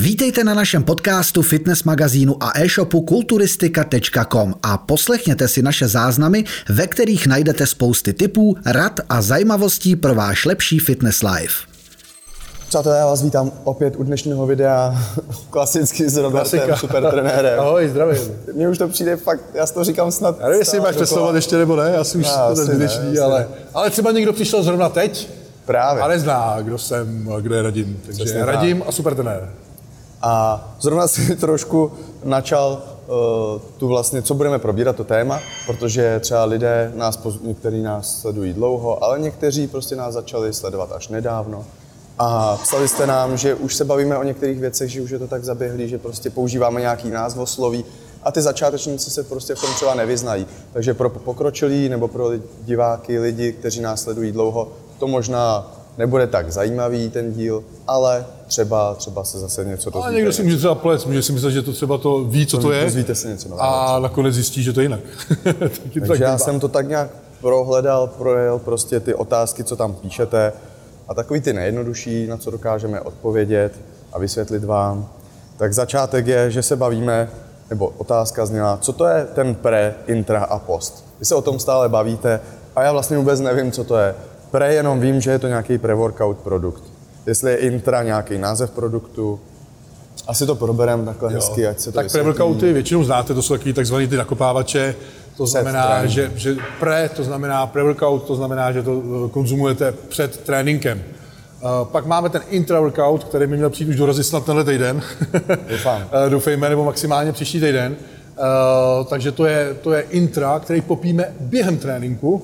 Vítejte na našem podcastu, fitness magazínu a e-shopu kulturistika.com a poslechněte si naše záznamy, ve kterých najdete spousty tipů, rad a zajímavostí pro váš lepší fitness life. Přátelé, já vás vítám opět u dnešního videa, klasicky s Robertem, super trenérem. Ahoj, zdravím. Mně už to přijde fakt, já si to říkám snad. Já nevím, jestli máš představovat ještě nebo ne, já si už to nezbytečný, ale třeba někdo přišel zrovna teď Právě. A nezná, kdo jsem, kdo je Radim. Takže Přesně Radim a super trenér. A zrovna si trošku načal tu vlastně, co budeme probírat, to téma, protože třeba lidé, někteří nás sledují dlouho, ale někteří prostě nás začali sledovat až nedávno. A psali jste nám, že už se bavíme o některých věcech, že už je to tak zaběhlý, že prostě používáme nějaký názvosloví a ty začátečníci se prostě v tom třeba nevyznají. Takže pro pokročilí nebo pro diváky, lidi, kteří nás sledují dlouho, to možná nebude tak zajímavý ten díl, ale třeba se zase něco dozvíte. Ale někdo si může třeba plést, může si myslet, že to třeba to ví, co to je. Dozvíte si něco nového. A nakonec zjistí, že to je jinak. Takže já jsem to tak nějak projel prostě ty otázky, co tam píšete a takový ty nejjednodušší, na co dokážeme odpovědět a vysvětlit vám. Tak začátek je, že se bavíme, nebo otázka zněla, co to je ten pre, intra a post. Vy se o tom stále bavíte a já vlastně vůbec nevím, co to je. Pre jenom vím, že je to nějaký pre-workout produkt. Jestli je intra nějaký název produktu, asi to probereme takhle hezky, ať se to tak pre-workouty většinou znáte, to jsou takový takzvaný ty nakopávače. To znamená, že to znamená pre-workout, to znamená, že to konzumujete před tréninkem. Pak máme ten intra-workout, který by měl přijít už dorazit snad tenhle týden. Doufejme, nebo maximálně příští týden. Takže to je intra, který popíme během tréninku.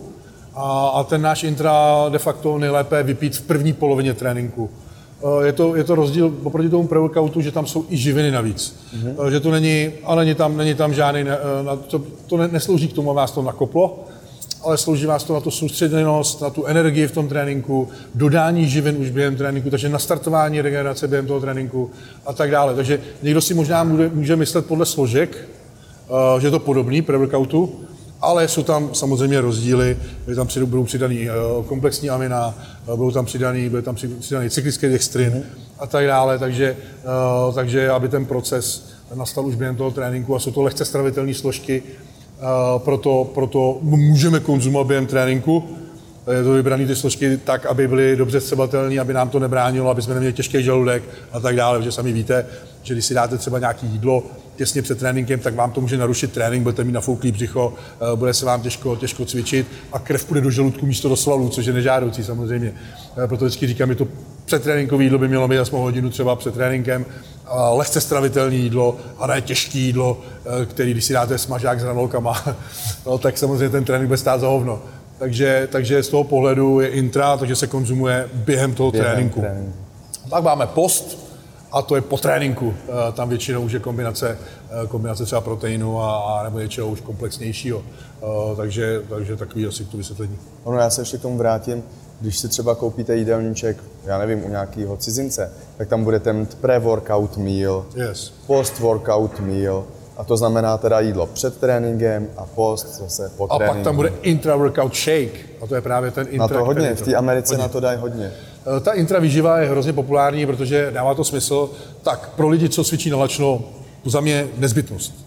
A ten náš intra de facto nejlépe vypít v první polovině tréninku. Je to rozdíl oproti tomu pre-workoutu, že tam jsou i živiny navíc. Že to není, ale není tam žádný, to neslouží k tomu, aby vás to nakoplo, ale slouží vás to na tu soustředěnost, na tu energii v tom tréninku, dodání živin už během tréninku, takže nastartování regenerace během toho tréninku a tak dále. Takže někdo si možná může myslet podle složek, že je to podobný pre-workoutu, ale jsou tam samozřejmě rozdíly, budou přidaný komplexní amina, bude tam přidaný cyklický dextrin a tak dále, takže aby ten proces nastal už během toho tréninku a jsou to lehce stravitelné složky, proto můžeme konzumovat během tréninku. Je to vybrané ty složky tak, aby byly dobře střebatelné, aby nám to nebránilo, aby jsme neměli těžký žaludek a tak dále, protože sami víte, že když si dáte třeba nějaké jídlo těsně před tréninkem, tak vám to může narušit trénink, budete mít nafouklý břicho, bude se vám těžko cvičit a krev půjde do žaludku místo do svalů, což je nežádoucí samozřejmě. Proto vždycky říkám, že to předtréninkové jídlo by mělo být aspoň hodinu třeba před tréninkem, lehce stravitelné jídlo a ne těžké jídlo, který když si dáte smažák s hranolkama, no, tak samozřejmě ten trénink bude stát za hovno. Takže z toho pohledu je intra, takže se konzumuje během toho tréninku. Pak máme post, a to je po tréninku. Tam většinou už je kombinace třeba proteinu a nebo něčeho už komplexnějšího. Takže takový asi to vysvětlení. Ono, já se ještě k tomu vrátím. Když si třeba koupíte jídelníček, já nevím, u nějakého cizince, tak tam bude ten pre-workout meal, post-workout meal, a to znamená teda jídlo před tréninkem a post zase po tréninku. A pak tam bude intra-workout shake, a to je právě ten intra. Na to hodně, v té Americe na to dají hodně. Ta intra výživa je hrozně populární, protože dává to smysl. Tak pro lidi, co cvičí nalačno, za mě nezbytnost.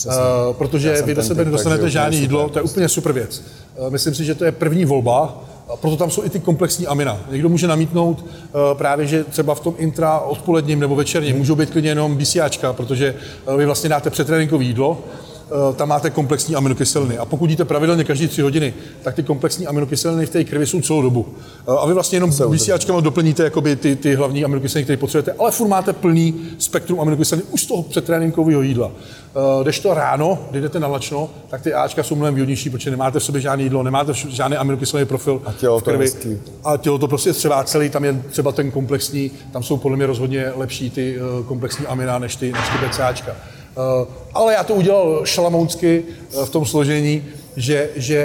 Protože vy do sebe nedostanete žádné jídlo, to je úplně super věc. Myslím si, že to je první volba, a proto tam jsou i ty komplexní amina. Někdo může namítnout právě, že třeba v tom intra odpoledním nebo večerním můžou být klidně jenom BCAčka, protože vy vlastně dáte předtréninkové jídlo, tam máte komplexní aminokyseliny. A pokud jíte pravidelně každé 3 hodiny, tak ty komplexní aminokyseliny v té krvi jsou celou dobu. A vy vlastně jenom BCAčkama doplníte jakoby ty hlavní aminokyseliny, které potřebujete, ale furt máte plný spektrum aminokyselin už z toho předtréninkového jídla. Kdežto ráno, když jdete na lačno, tak ty Ačka jsou mnohem výhodnější, protože nemáte v sobě žádné jídlo, nemáte žádný aminokyselný profil v krvi. A tělo to prostě střevá celý, tam je třeba ten komplexní, tam jsou podle mě rozhodně lepší ty komplexní amina než ty BCAčka. Ale já to udělal šalamounsky v tom složení, že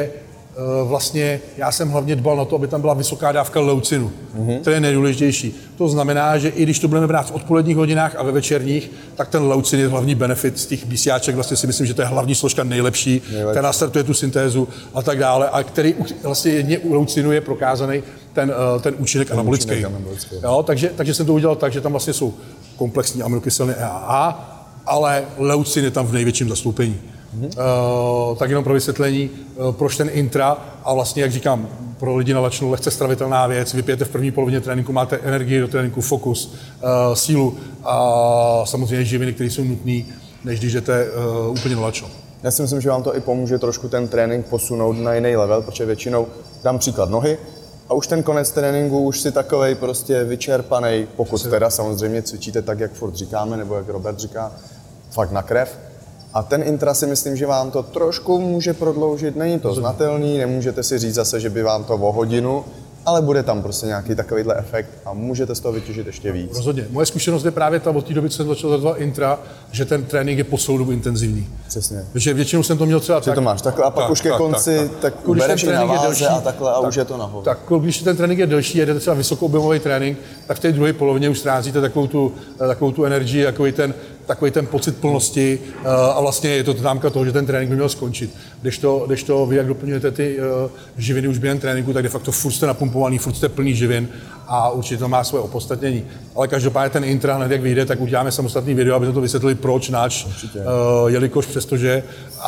vlastně já jsem hlavně dbal na to, aby tam byla vysoká dávka leucinu. To je nejdůležitější. To znamená, že i když to budeme brát v odpoledních hodinách a ve večerních, tak ten leucin je hlavní benefit z těch BCAček, vlastně si myslím, že to je hlavní složka nejlepší, která nastartuje tu syntézu a tak dále, a který vlastně jedně u leucinu je prokázaný ten účinek anabolický. Jo, takže jsem to udělal tak, že tam vlastně jsou komplexní aminokyseliny EAA, ale leucin je tam v největším zastoupení. Tak jenom pro vysvětlení, proč ten intra, a vlastně, jak říkám, pro lidi na lačnu lehce stravitelná věc, vypijete v první polovině tréninku, máte energii do tréninku, fokus, sílu a samozřejmě živiny, které jsou nutné, než když jdete úplně na lačno. Já si myslím, že vám to i pomůže trošku ten trénink posunout na jiný level, protože většinou dám příklad nohy a už ten konec tréninku už si takovej prostě vyčerpanej, pokud teda samozřejmě cvičíte tak, jak furt říkáme, nebo jak Robert říká, fakt na krev. A ten intra si myslím, že vám to trošku může prodloužit, není to znatelný, nemůžete si říct zase, že by vám to o hodinu, ale bude tam prostě nějaký takovýhle efekt a můžete z toho vytěžit ještě víc. Rozhodně. Moje zkušenost je právě ta od té doby, co jsem začal zadovat intra, že ten trénink je po celou dobu intenzivní. Přesně. Takže většinou jsem to měl třeba tak. To máš takhle a pak už ke konci, tak bereš i na váze a takhle a už je to nahoru. Tak když ten trénink je delší, jedete třeba vysokoobjemový trénink, tak v té druhé polovině už ztrácíte takovou tu energii, takový ten pocit plnosti a vlastně je to známka toho, že ten trénink by měl skončit. Když to vy, jak doplňujete ty živiny už během tréninku, tak de facto furt jste napumpovaný, furt jste plný živin a určitě to má svoje opodstatnění. Ale každopádně ten intra, hned jak vyjde, tak uděláme samostatný video, aby jsme to vysvětlili proč, nač, jelikož přestože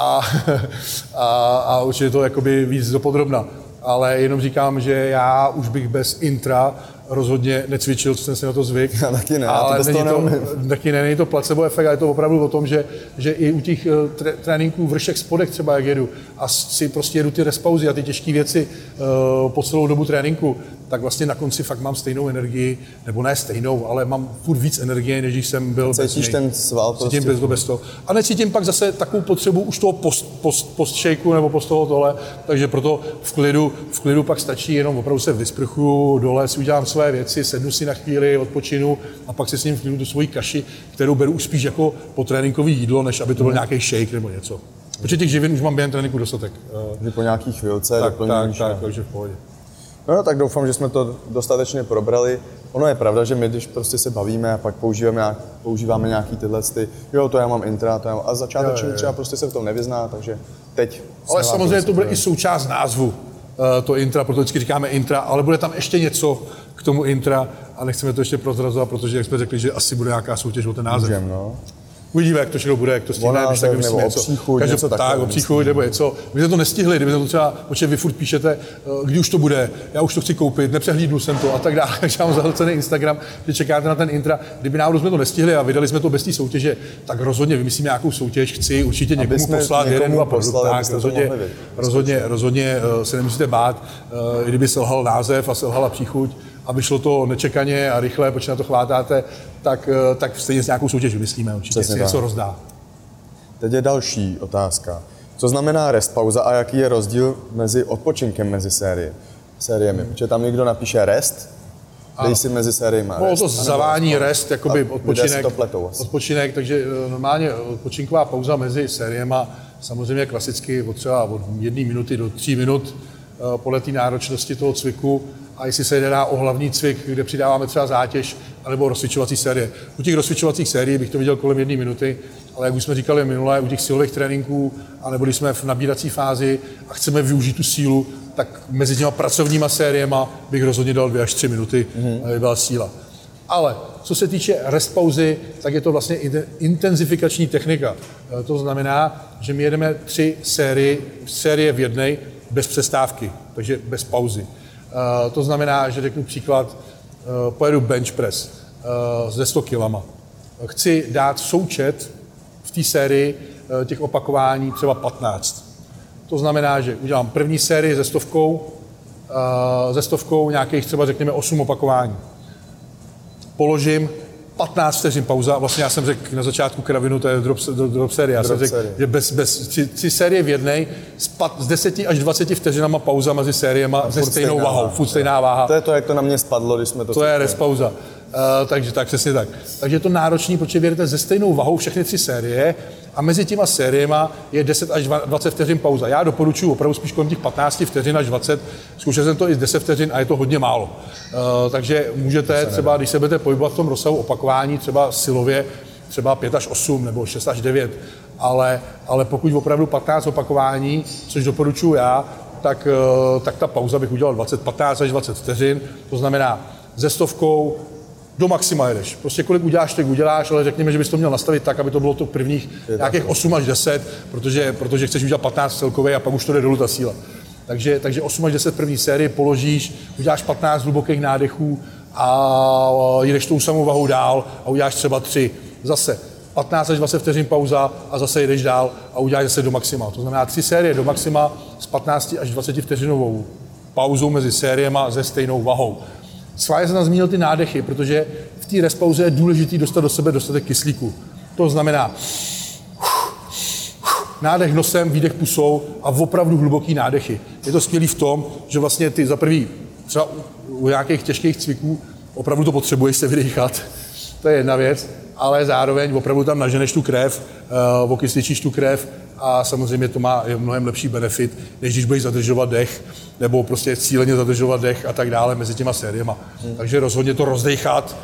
a určitě to jakoby víc dopodrobna. Ale jenom říkám, že já už bych bez intra rozhodně necvičil, co jsem si na to zvyk. Já taky ne, ale není to placebo efekt, ale je to opravdu o tom, že i u těch tréninků vršek spodek třeba jak jedu a si prostě jedu ty respauzy a ty těžké věci po celou dobu tréninku, tak vlastně na konci fakt mám stejnou energii, nebo ne stejnou, ale mám furt víc energie, než když jsem byl bez něj. Ten sval prostě. Cítím bez toho. A necítím pak zase takovou potřebu už toho post-shakeu nebo post toho tohle, takže proto v klidu pak stačí jenom opravdu se vysprchuju, dole si udělám své věci, sednu si na chvíli, odpočinu a pak si s ním v klidu tu svoji kaši, kterou beru už spíš jako potréninkový jídlo, než aby to byl nějaký shake nebo něco. Protože těch živin už mám během tréninku dostatek. Že po nějaký chvilce tak, takže v pohodě. No tak doufám, že jsme to dostatečně probrali. Ono je pravda, že my, když prostě se bavíme a pak používáme nějaký tyhle to já mám intra, a začátečník třeba prostě se v tom nevyzná, takže teď... Ale samozřejmě to bude i součást názvu, to intra, proto vždycky říkáme intra, ale bude tam ještě něco k tomu intra a nechceme to ještě prozrazovat, protože jak jsme řekli, že asi bude nějaká soutěž o ten název. Můžem, no. Uvidíme, jak to všechno bude, jak to stihneme, když tak vymyslíme něco. O příchuť nebo něco. My jsme to nestihli, kdyby to třeba, protože vy furt píšete, kdy už to bude, já už to chci koupit, nepřehlídnu jsem to a tak dále. Takže mám zahlcený Instagram, že čekáte na ten intra. Kdyby náhodou jsme to nestihli a vydali jsme to bez té soutěže, tak rozhodně vymyslíme nějakou soutěž. Chci určitě někomu poslat jeden, dva produkty. Rozhodně se nemusíte bát, kdyby selhal název a selhala příchuť a vyšlo to nečekaně a rychle, protože na to chvátáte, tak stejně s nějakou soutěž vymyslíme, určitě si něco rozdá. Teď je další otázka. Co znamená rest pauza a jaký je rozdíl mezi odpočinkem mezi sériemi? Protože tam někdo napíše rest, dej si mezi sériemi rest. To zavání rest, jakoby odpočinek, takže normálně odpočinková pauza mezi sériema, samozřejmě klasicky třeba od 1 minuty do 3 minut podle té náročnosti toho cviku. A jestli se jedná o hlavní cvik, kde přidáváme třeba zátěž, anebo rozcvičovací série. U těch rozcvičovacích sérií bych to viděl kolem 1 minuty, ale jak už jsme říkali minule, u těch silových tréninků, anebo když jsme v nabírací fázi a chceme využít tu sílu, tak mezi těma pracovníma sériema bych rozhodně dal 2 až 3 minuty, aby byla síla. Ale co se týče rest pauzy, tak je to vlastně intenzifikační technika. To znamená, že my jedeme 3 série v jednej bez přestávky, takže bez pauzy. To znamená, že řeknu příklad, pojedu bench press se 100 kilama. Chci dát součet v té sérii těch opakování třeba 15. To znamená, že udělám první sérii se 100 nějakých třeba řekněme 8 opakování. Položím 15 vteřin pauza, vlastně já jsem řekl na začátku kravinu, to je drop série, já jsem řekl, že bez 3 série v jednej, s 10 až 20 vteřinama pauza mezi sériema se stejnou váhou, furt stejná váha. To je to, jak to na mě spadlo, když jsme to... To je rest pauza. Takže tak, přesně tak. Takže je to náročný, protože věděte ze stejnou vahou všechny 3 série a mezi těma sériema je 10 až 20 vteřin pauza. Já doporučuji opravdu spíš kolem těch 15 vteřin až 20. Zkoušel jsem to i z 10 vteřin a je to hodně málo. Takže můžete třeba, když se budete pohybovat v tom rozsahu opakování, třeba silově, třeba 5 až 8 nebo 6 až 9, ale pokud opravdu 15 opakování, což doporučuji já, tak ta pauza bych udělal 15 až 20 vteřin, to znamená ze 100 do maxima jedeš. Prostě kolik uděláš, tak uděláš, ale řekněme, že bys to měl nastavit tak, aby to bylo to prvních nějakých 8 až 10, protože chceš udělat 15 celkově a pak už to jde dolů ta síla. Takže 8 až 10 první série položíš, uděláš 15 hlubokých nádechů a jedeš tou samou vahou dál a uděláš třeba 3. Zase 15 až 20 vteřin pauza a zase jedeš dál a uděláš zase do maxima. To znamená 3 série do maxima s 15 až 20 vteřinovou pauzou mezi sériema se stejnou vahou. Schválně jsem tam zmínil ty nádechy, protože v té respauze je důležité dostat do sebe dostatek kyslíku. To znamená nádech nosem, výdech pusou a opravdu hluboký nádechy. Je to skvělý v tom, že vlastně ty za prvý třeba u nějakých těžkých cviků opravdu to potřebuješ se vydechat. To je jedna věc, ale zároveň opravdu tam naženeš tu krev, okysličíš tu krev a samozřejmě to má mnohem lepší benefit, než když budeš zadržovat dech, nebo prostě cíleně zadržovat dech a tak dále mezi těma sériema. Takže rozhodně to rozdechat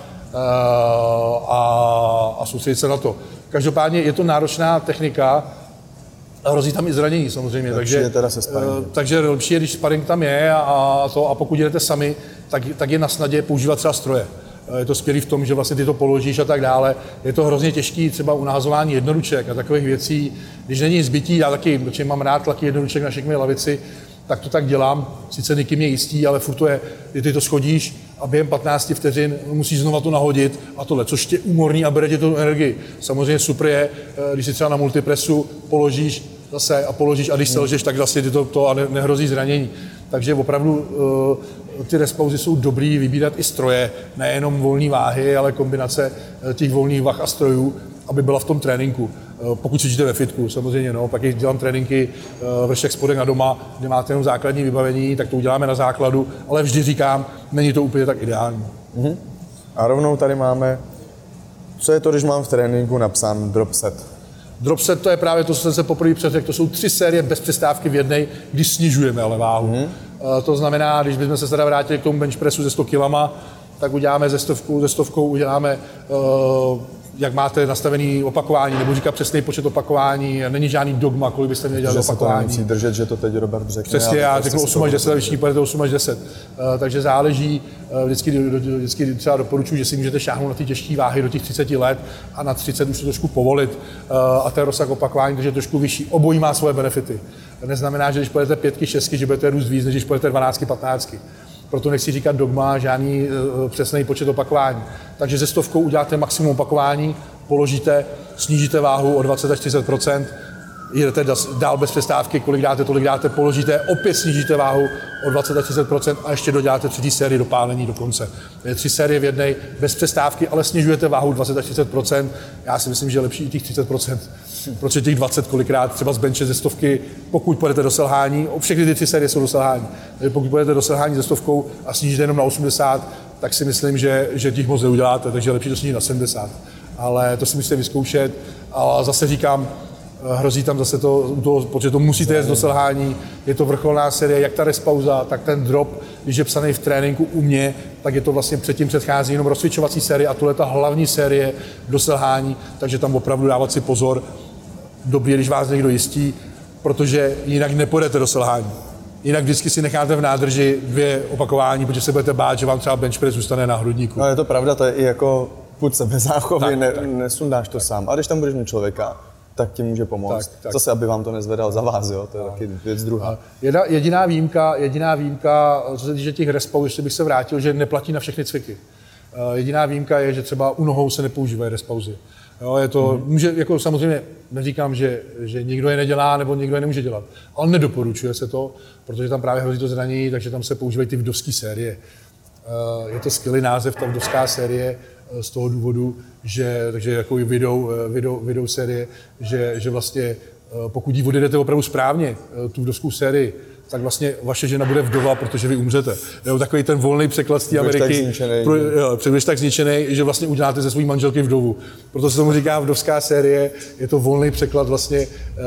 a soustředit se na to. Každopádně je to náročná technika a hrozí tam i zranění samozřejmě. Takže lepší je, když sparring tam je a pokud jedete sami, tak je na snadě používat třeba stroje. Je to skvělý v tom, že vlastně ty to položíš a tak dále. Je to hrozně těžký třeba u nahazování jednoruček a takových věcí. Když není zbytí, já taky, protože mám rád tlaky jednoruček na šikmé lavici, tak to tak dělám. Sice nikým je jistý, ale furt to je, ty to schodíš a během 15 vteřin musíš znova to nahodit a tohle, což je úmorný a bere ti tu energii. Samozřejmě super je, když si třeba na multipresu položíš zase a položíš a když selžeš, tak vlastně ty to nehrozí zranění. Takže opravdu ty respauzy jsou dobrý vybírat i stroje, nejenom volné váhy, ale kombinace těch volných vah a strojů, aby byla v tom tréninku. Pokud cvičíte ve fitku, samozřejmě, pak když dělám tréninky vršek spodek na doma, kde máte jenom základní vybavení, tak to uděláme na základu, ale vždy říkám, není to úplně tak ideální. A rovnou tady máme, co je to, když mám v tréninku napsán drop set? Drop set, to je právě to, co jsem se poprvé předřekl, to jsou 3 série bez přestávky v jednej, když snižujeme ale váhu. To znamená, když bychom se teda vrátili k tomu bench pressu se 100 kilama, tak uděláme ze stovkou uděláme, jak máte nastavený opakování, nebo říká přesný počet opakování, není žádný dogma, kolik byste měli dělat opakování. Že se to nemusí držet, že to teď Robert řekne. Přesně, já řeknu 8 až 10, a všichni pojedete 8 až 10. Takže záleží, vždycky třeba doporučuji, že si můžete šáhnout na ty těžké váhy do těch 30 let a na 30 už to trošku povolit a ten rozsah opakování, takže je trošku vyšší. Obojí má svoje benefity. To neznamená, že když pojedete 5, 6, že budete růst víc, než když pojedete 12, 15. Proto nechci říkat dogma, žádný přesný počet opakování. Takže ze 100 uděláte maximum opakování, položíte, snížíte váhu o 20 až 30%, jedete dál bez přestávky, kolik dáte, tolik dáte, položíte, opět snížíte váhu o 20 až 30% a ještě doděláte 3. sérii do pálení do konce. Je 3 série v jednej bez přestávky, ale snižujete váhu 20 až 30%. Já si myslím, že je lepší i těch 30%, protože těch 20 kolikrát třeba z benče ze 100, pokud půjdete do selhání, všechny ty 3 série jsou do selhání, takže pokud půjdete do selhání ze 100 a snížíte jenom na 80, tak si myslím, že těch moc neuděláte, takže je lepší to snížit na 70. Ale to si musíte vyzkoušet a zase říkám, hrozí tam zase to, protože to musíte jet do selhání, je to vrcholná série, jak ta respauza, tak ten drop, když je psaný v tréninku u mě, tak je to vlastně předtím předchází jenom rozcvičovací série a tohle je ta hlavní série do selhání, takže tam opravdu dávat si pozor, dobrý, když vás někdo jistí, protože jinak nepůjdete do selhání. Jinak vždycky si necháte v nádrži 2 opakování, protože se budete bát, že vám třeba bench press zůstane na hrudníku. No je to pravda, to je i jako půd sebezáchovy, nesundáš to sám. A když tam budeš mít člověka, tak ti může pomoct. Tak. Zase, aby vám to nezvedal za vás, jo? To je taky věc druhá. Jediná výjimka, co se týče těch respauz, ještě bych se vrátil, že neplatí na všechny cviky. Jediná výjimka je, že třeba u nohou se nepoužívají respauzy. Jo, je to, může, jako samozřejmě neříkám, že nikdo je nedělá nebo nikdo je nemůže dělat, ale nedoporučuje se to, protože tam právě hrozí to zranění, takže tam se používají ty vdovské série. Je to skvělý název, ta vdovská série, z toho důvodu, že takže jako video série, že vlastně pokud ji odjedete opravdu správně, tu vdovskou sérii, tak vlastně vaše žena bude vdova, protože vy umřete. Jo, takový ten volný překlad z té Ameriky. Budeš tak zničený, že vlastně uděláte ze své manželky vdovu. Proto se tomu říká vdovská série, je to volný překlad vlastně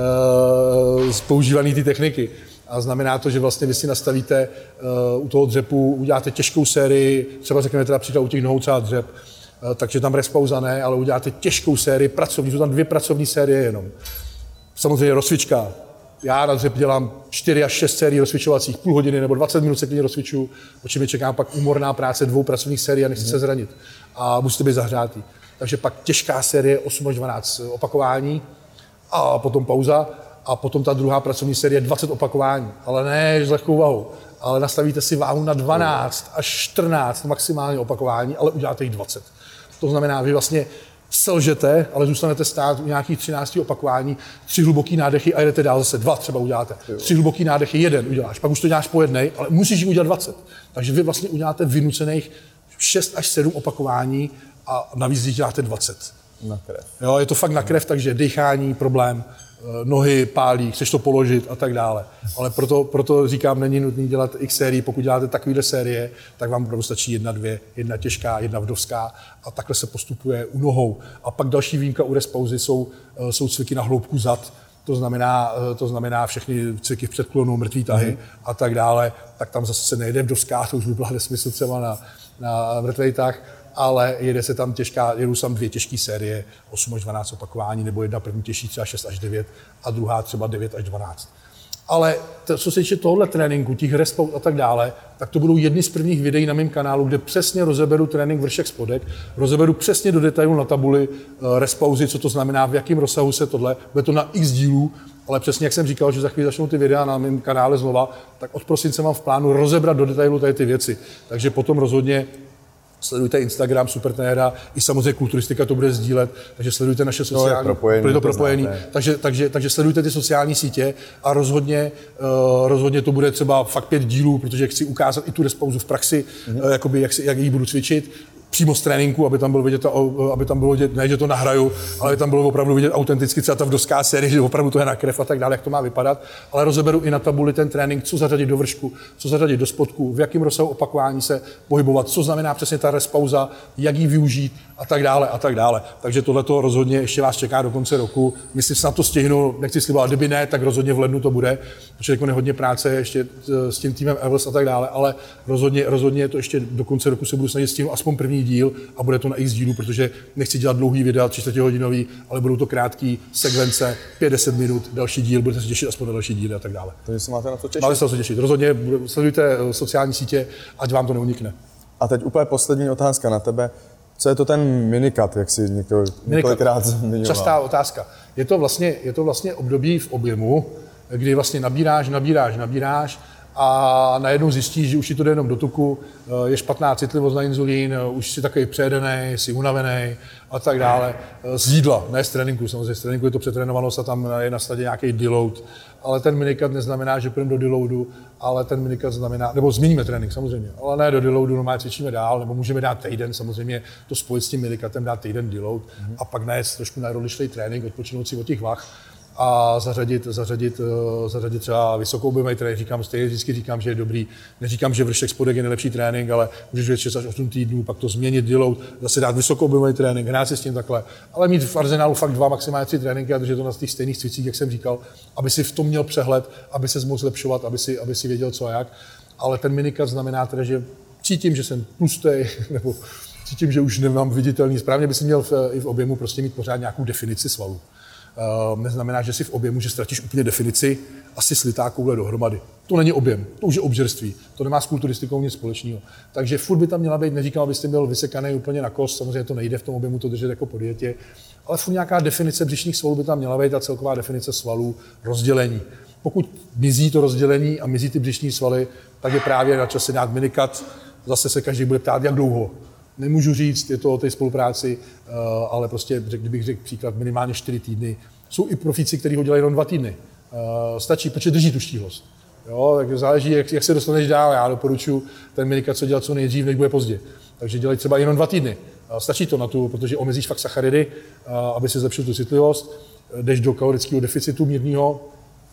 z používané té techniky. A znamená to, že vlastně vy si nastavíte u toho dřepu, uděláte těžkou sérii, třeba řekněme teda příklad u těch nohou třeba dřep, takže tam respauza ne, ale uděláte těžkou sérii pracovní, jsou tam 2 pracovní série jenom. Samozřejmě rozcvička. Já na dřep dělám 4 až 6 sérií rozcvičovacích, půl hodiny nebo 20 minut se klidně rozcvičuju, o čem mě čeká pak úmorná práce 2 pracovních sérií a nechci se zranit. A musíte být zahřátý. Takže pak těžká série 8 až 12 opakování a potom pauza a potom ta druhá pracovní série 20 opakování. Ale ne s lehkou váhou, ale nastavíte si váhu na 12 až 14 maximálně opakování, ale uděláte jich 20. To znamená, vy vlastně selžete, ale zůstanete stát u nějakých 13 opakování, 3 hluboký nádechy a jedete dál zase 2 třeba uděláte. 3 hluboký nádechy, 1 uděláš, pak už to děláš po jednej, ale musíš jich udělat 20. Takže vy vlastně uděláte vynucených 6 až 7 opakování a navíc jich děláte 20. Na krev. Jo, je to fakt na krev, takže dýchání, problém, nohy pálí, chceš to položit a tak dále. Ale proto říkám, není nutné dělat x sérií. Pokud děláte takovéhle série, tak vám opravdu stačí 1, 2, 1 těžká, 1 vdovská a takhle se postupuje u nohou. A pak další výjimka u respauzy jsou cviky na hloubku zad. To znamená všechny cviky v předklonu, mrtvý tahy a tak dále. Tak tam zase se nejde vdovská, to už by byla nesmysl třeba na mrtvý tah, ale jedou tam 2 těžké série, 8 až 12 opakování, nebo jedna první těžší třeba 6 až 9 a druhá třeba 9 až 12. Ale co se týče tohohle tréninku, těch respaut a tak dále, tak to budou jedny z prvních videí na mém kanálu, kde přesně rozeberu trénink vršek spodek, rozeberu přesně do detailu na tabuli respauzy, co to znamená, v jakém rozsahu se tohle, bude to na x dílů, ale přesně jak jsem říkal, že za chvíli začnou ty videa na mém kanále znova, tak od prosince mám v plánu rozebrat do detailu tady ty věci. Takže potom rozhodně sledujte Instagram Supertrénera, i samozřejmě Kulturistika to bude sdílet, takže sledujte naše sociální, je to propojený. Takže sledujte ty sociální sítě a rozhodně to bude třeba fakt 5 dílů, protože chci ukázat i tu respauzu v praxi, jakoby jak ji budu cvičit, přímo z tréninku, aby tam bylo vidět, ne, že to nahraju, ale aby tam bylo opravdu vidět autenticky třeba ta vdovská série, že opravdu to je na krev a tak dále, jak to má vypadat, ale rozeberu i na tabuli ten trénink, co zařadit do vršku, co zařadit do spodku, v jakém rozsahu opakování se pohybovat, co znamená přesně ta respauza, jak ji využít a tak dále a tak dále. Takže tohleto rozhodně ještě vás čeká do konce roku. Myslím, že na to stihnu, nechci slibovat, kdyby ne, tak rozhodně v lednu to bude, protože jako hodně práce ještě s tím týmem Evels a tak dále, ale rozhodně to ještě do konce roku se budu snažit stihnout aspoň první díl a bude to na x dílů, protože nechci dělat dlouhý videa, 3-hodinový, ale budou to krátké sekvence, 5-10 minut, další díl, budete se těšit aspoň na další díly a tak dále. Takže se máte na to těšit. Máte se na to těšit. Rozhodně sledujte sociální sítě, ať vám to neunikne. A teď úplně poslední otázka na tebe. Co je to ten minicut, jak jsi několikrát zmiňoval? Častá otázka. Je to vlastně období v objemu, kdy vlastně nabíráš a najednou zjistíš, že už ti to jde jenom do tuku, je špatná citlivost na inzulín, už jsi takový přejedený, jsi unavený a tak dále. Z jídla, ne z tréninku, samozřejmě z tréninku je to přetrénovanost a tam je na stadě nějaký deload, ale ten minicut neznamená, že půjdeme do deloadu, ale ten minicut znamená, nebo změníme trénink samozřejmě, ale ne do deloadu, normálně cvičíme dál, nebo můžeme dát týden, samozřejmě to spojit s tím minicutem, dát týden deload a pak najít trošku najdolejší trénink, odpočinout si od těch vah a zařadit třeba vysokoobjemový trénink. Vždycky říkám, že je dobrý. Neříkám, že vršek spodek je nejlepší trénink, ale můžeš jít 6 až 8 týdnů, pak to změnit, deload, zase dát vysokoobjemový trénink, hrát si s tím takhle. Ale mít v arzenálu fakt 2, maximálně 3 tréninky a držet to na těch stejných cvicích, jak jsem říkal, aby si v tom měl přehled, aby se mohl zlepšovat, aby si věděl co a jak. Ale ten minicut znamená teda, že cítím, že jsem tlustý, nebo cítím, že už nemám viditelný. Správně by si měl i v objemu prostě mít pořád nějakou definici svalů. Neznamená, že si v objemu, že ztratíš úplně definici a si slitá koule dohromady. To není objem, to už je obžerství. To nemá s kulturistikou nic společného. Takže furt by tam měla být, neříkám, abyste byl vysekaný úplně na kost, samozřejmě to nejde v tom objemu to držet jako po dietě, ale furt nějaká definice břišních svalů by tam měla být a celková definice svalů, rozdělení. Pokud mizí to rozdělení a mizí ty břišní svaly, tak je právě na čase dát minicut. Zase se každý bude ptát, jak dlouho. Nemůžu říct, je to o té spolupráci, ale prostě, kdybych řekl příklad, minimálně 4 týdny. Jsou i profíci, kteří ho dělají jenom 2 týdny. Stačí, protože drží tu štíhlost. Jo, tak záleží, jak se dostaneš dál. Já doporučuji ten minicut, co dělat co nejdřív, než bude pozdě. Takže dělají třeba jenom 2 týdny. Stačí to na tu, protože omezíš fakt sacharidy, aby si zlepšil tu citlivost. Jdeš do kalorického deficitu mírného,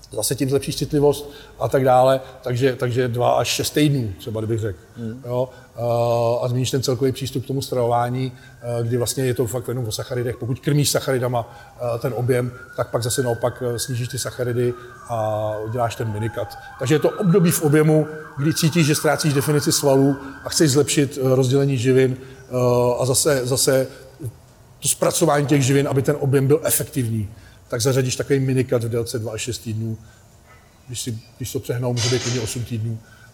zase tím zlepšíš citlivost a tak dále, takže 2 až 6 týdnů, třeba kdybych řekl. Jo? A změníš ten celkový přístup k tomu stravování, kdy vlastně je to fakt jenom o sacharidech. Pokud krmíš sacharidama ten objem, tak pak zase naopak snížíš ty sacharidy a uděláš ten minicut. Takže je to období v objemu, kdy cítíš, že ztrácíš definici svalů a chceš zlepšit rozdělení živin a zase to zpracování těch živin, aby ten objem byl efektivní. Tak zařadíš takový minicut v délce 2 až 6 týdnů. Když to přehnou, může být klidně 8 týdnů.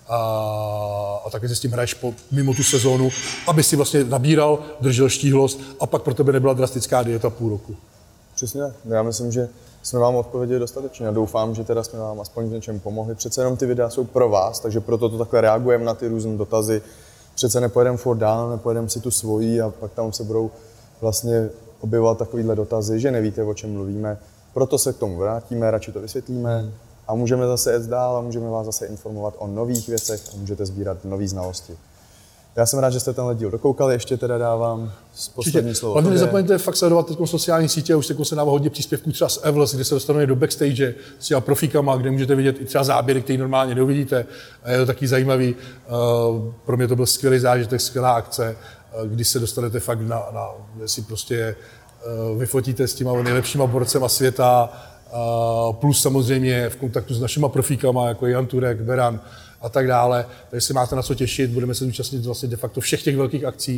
A taky si s tím hraješ mimo tu sezónu, aby si vlastně nabíral, držel štíhlost a pak pro tebe nebyla drastická dieta půl roku. Přesně tak. Já myslím, že jsme vám odpověděli dostatečně a doufám, že teda jsme vám aspoň v něčem pomohli. Přece jenom ty videa jsou pro vás, takže proto to takhle reagujeme na ty různé dotazy. Přece nepojedeme furt dál, nepojedeme si tu svojí a pak tam se budou vlastně objevovat takovýhle dotazy, že nevíte, o čem mluvíme. Proto se k tomu vrátíme, radši to vysvětlíme a můžeme zase jet dál a můžeme vás zase informovat o nových věcech a můžete sbírat nové znalosti. Já jsem rád, že jste tenhle díl dokoukali, ještě teda dávám poslední slovo. Hlavně nezapomeňte fakt sledovat teď sociální sítě, už se dává hodně příspěvků třeba z Evels, kde se dostanete do backstage s těma profíkama, kde můžete vidět i třeba záběry, které normálně neuvidíte. A je to taky zajímavý. Pro mě to byl skvělý zážitek, skvělá akce, kdy se dostanete fakt si prostě vyfotíte s těma nejlepšíma borcema světa, plus samozřejmě v kontaktu s našima profíkama, jako Jan Turek, Beran a tak dále. Takže se máte na co těšit, budeme se zúčastnit vlastně de facto všech těch velkých akcí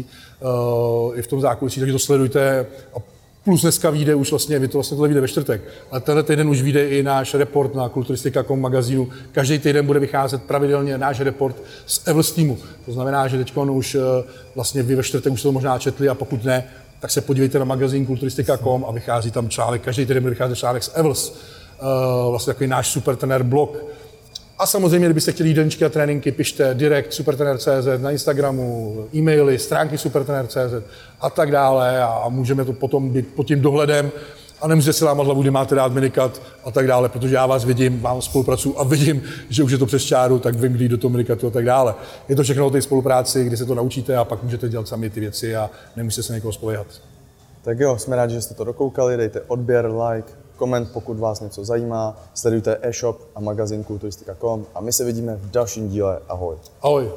i v tom zákulisí, takže to sledujte. A plus dneska vyjde už vlastně, tohle vyjde ve čtvrtek, ale tenhle týden už vyjde i náš report na kulturistika.com magazínu. Každý týden bude vycházet pravidelně náš report z Evels týmu. To znamená, že teď už vlastně vy ve čtvrtek už to možná četli a pokud ne, tak se podívejte na magazín kulturistika.com a vychází tam článek, každý týden bude vycházet článek z Evels, vlastně takový náš supertrenér blog. A samozřejmě, kdybyste chtěli jídelníčky a tréninky, pište direct supertrener.cz na Instagramu, e-maily, stránky supertrener.cz a tak dále a můžeme to potom být pod tím dohledem a nemusíte si lámat hlavu, kdy máte dát minikat a tak dále, protože já vás vidím, vám spolupracuju a vidím, že už je to přes čáru, tak vím, kdy do toho minikatu a tak dále. Je to všechno o té spolupráci, kdy se to naučíte a pak můžete dělat sami ty věci a nemusíte se někoho spoléhat. Tak jo, jsme rádi, že jste to dokoukali, dejte odběr, like, koment, pokud vás něco zajímá, sledujte e-shop a magazín kulturistika.com a my se vidíme v dalším díle. Ahoj. Ahoj.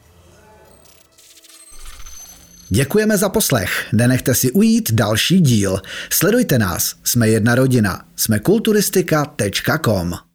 Děkujeme za poslech. Nenechte si ujít další díl. Sledujte nás. Jsme jedna rodina. Jsme kulturistika.com.